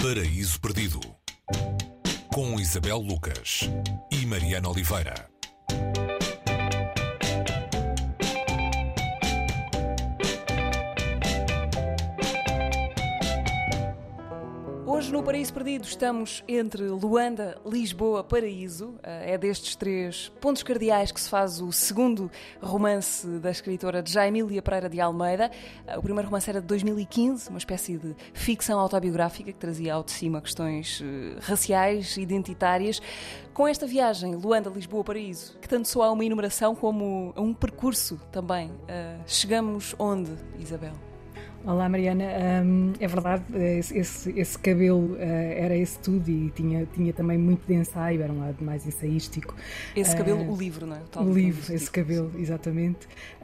Paraíso Perdido, com Isabel Lucas e Mariana Oliveira. Hoje no Paraíso Perdido estamos entre Luanda, Lisboa, Paraíso. É destes três pontos cardeais que se faz o segundo romance da escritora Jaimília Pereira de Almeida. O primeiro romance era de 2015, uma espécie de ficção autobiográfica que trazia ao de cima questões raciais, identitárias. Com esta viagem, Luanda, Lisboa, Paraíso, que tanto soa a uma enumeração como a um percurso também, chegamos onde, Isabel? Olá Mariana, é verdade, esse cabelo era esse tudo e tinha também muito de ensaio, era um lado mais ensaístico. Esse cabelo, o livro, não é? O livro, esse cabelo, exatamente.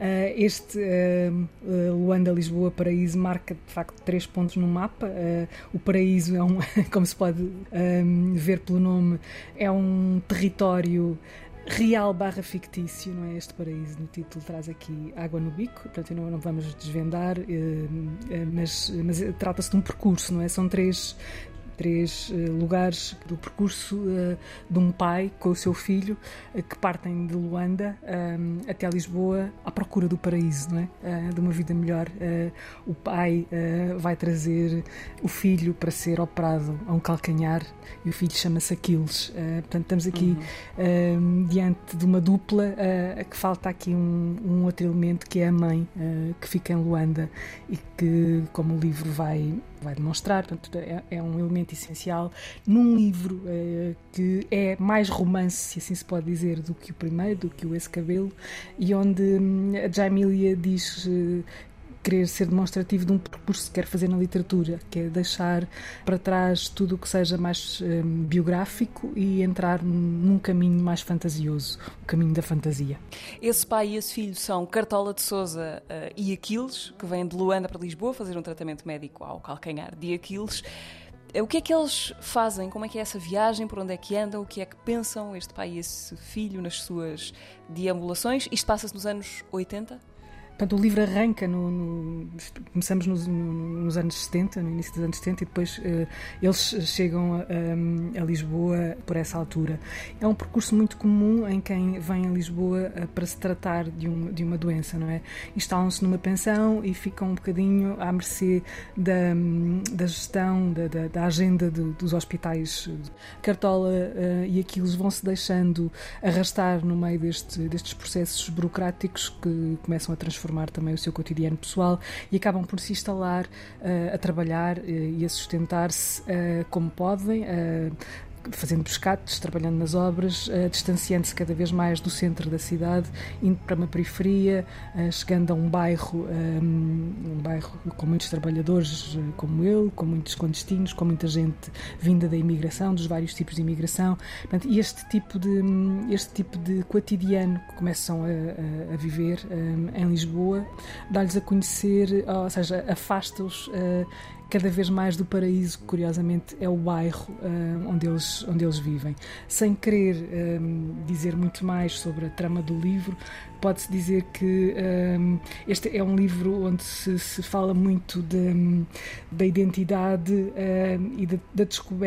Luanda, Lisboa, Paraíso marca de facto 3 pontos no mapa. O Paraíso é como se pode ver pelo nome, é um território real / fictício, não é? Este paraíso no título traz aqui água no bico, portanto não vamos desvendar, mas trata-se de um percurso, não é? São três lugares do percurso de um pai com o seu filho que partem de Luanda até Lisboa à procura do paraíso, não é? De uma vida melhor. O pai vai trazer o filho para ser operado a um calcanhar e o filho chama-se Aquiles. Portanto, estamos aqui diante de uma dupla, que falta aqui um outro elemento que é a mãe, que fica em Luanda e que, como o livro vai demonstrar, portanto, é um elemento essencial num livro que é mais romance, se assim se pode dizer, do que o primeiro, do que o Esse Cabelo, e onde a Jaimília diz querer ser demonstrativo de um percurso que quer fazer na literatura, que é deixar para trás tudo o que seja mais biográfico e entrar num caminho mais fantasioso, o caminho da fantasia. Esse pai e esse filho são Cartola de Sousa e Aquiles, que vêm de Luanda para Lisboa fazer um tratamento médico ao calcanhar de Aquiles. O que é que eles fazem? Como é que é essa viagem? Por onde é que andam? O que é que pensam este pai e esse filho nas suas deambulações? Isto passa-se nos anos 80? Portanto, o livro arranca, começamos nos anos 70, no início dos anos 70, e depois eles chegam a Lisboa por essa altura. É um percurso muito comum em quem vem a Lisboa para se tratar de uma doença, não é? Instalam-se numa pensão e ficam um bocadinho à mercê da gestão, da agenda dos hospitais. Cartola e Aquiles vão-se deixando arrastar no meio destes processos burocráticos que começam a transformar também o seu cotidiano pessoal e acabam por se instalar a trabalhar e a sustentar-se como podem, fazendo pescados, trabalhando nas obras, distanciando-se cada vez mais do centro da cidade, indo para uma periferia, chegando a um bairro com muitos trabalhadores como ele, com muitos clandestinos, com muita gente vinda da imigração, dos vários tipos de imigração. Portanto, e este tipo de cotidiano que começam a viver em Lisboa, dá-lhes a conhecer, ou seja, afasta-os cada vez mais do paraíso, que curiosamente é o bairro onde eles vivem. Sem querer dizer muito mais sobre a trama do livro, pode-se dizer que este é um livro onde se fala muito da identidade e da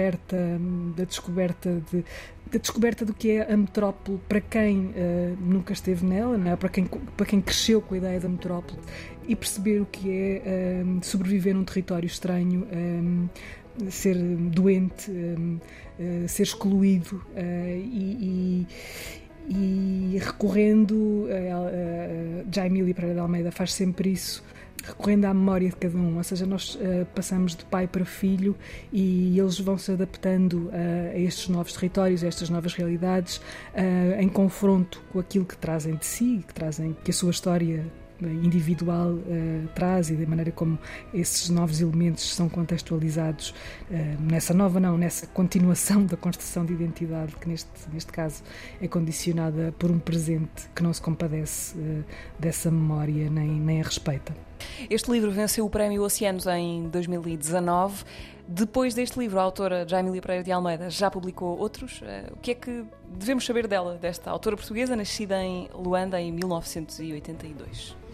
descoberta do que é a metrópole para quem nunca esteve nela, não é? Para quem cresceu com a ideia da metrópole, e perceber o que é sobreviver num território estranho, ser doente, ser excluído e recorrendo, Jaimília Pereira de Almeida faz sempre isso, recorrendo à memória de cada um, ou seja, nós passamos de pai para filho e eles vão se adaptando a estes novos territórios, a estas novas realidades, em confronto com aquilo que trazem de si, que a sua história individual traz, e da maneira como esses novos elementos são contextualizados nessa continuação da construção de identidade, que neste caso é condicionada por um presente que não se compadece dessa memória nem a respeita. Este livro venceu o Prémio Oceanos em 2019. Depois deste livro, a autora Jaimília Pereira de Almeida já publicou outros. O que é que devemos saber dela, desta autora portuguesa, nascida em Luanda em 1982?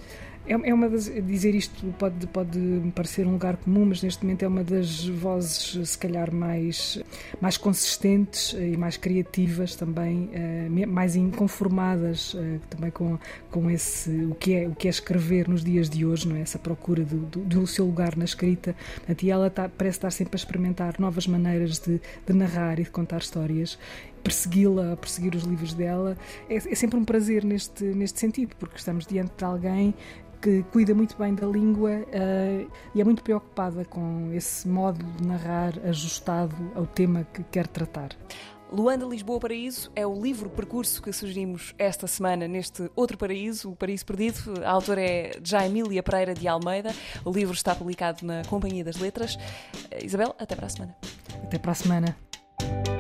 É uma das, dizer isto pode parecer um lugar comum, mas neste momento é uma das vozes, se calhar, mais consistentes e mais criativas também, mais inconformadas também com esse, o que é escrever nos dias de hoje, não é? Essa procura do seu lugar na escrita. E ela parece estar sempre a experimentar novas maneiras de narrar e de contar histórias. Persegui-la, a perseguir os livros dela, é sempre um prazer neste sentido, porque estamos diante de alguém que cuida muito bem da língua e é muito preocupada com esse modo de narrar ajustado ao tema que quer tratar. Luanda, Lisboa, Paraíso é o livro-percurso que sugerimos esta semana neste outro paraíso, o Paraíso Perdido. A autora é Jaimília Pereira de Almeida. O livro está publicado na Companhia das Letras. Isabel, até para a semana. Até para a semana.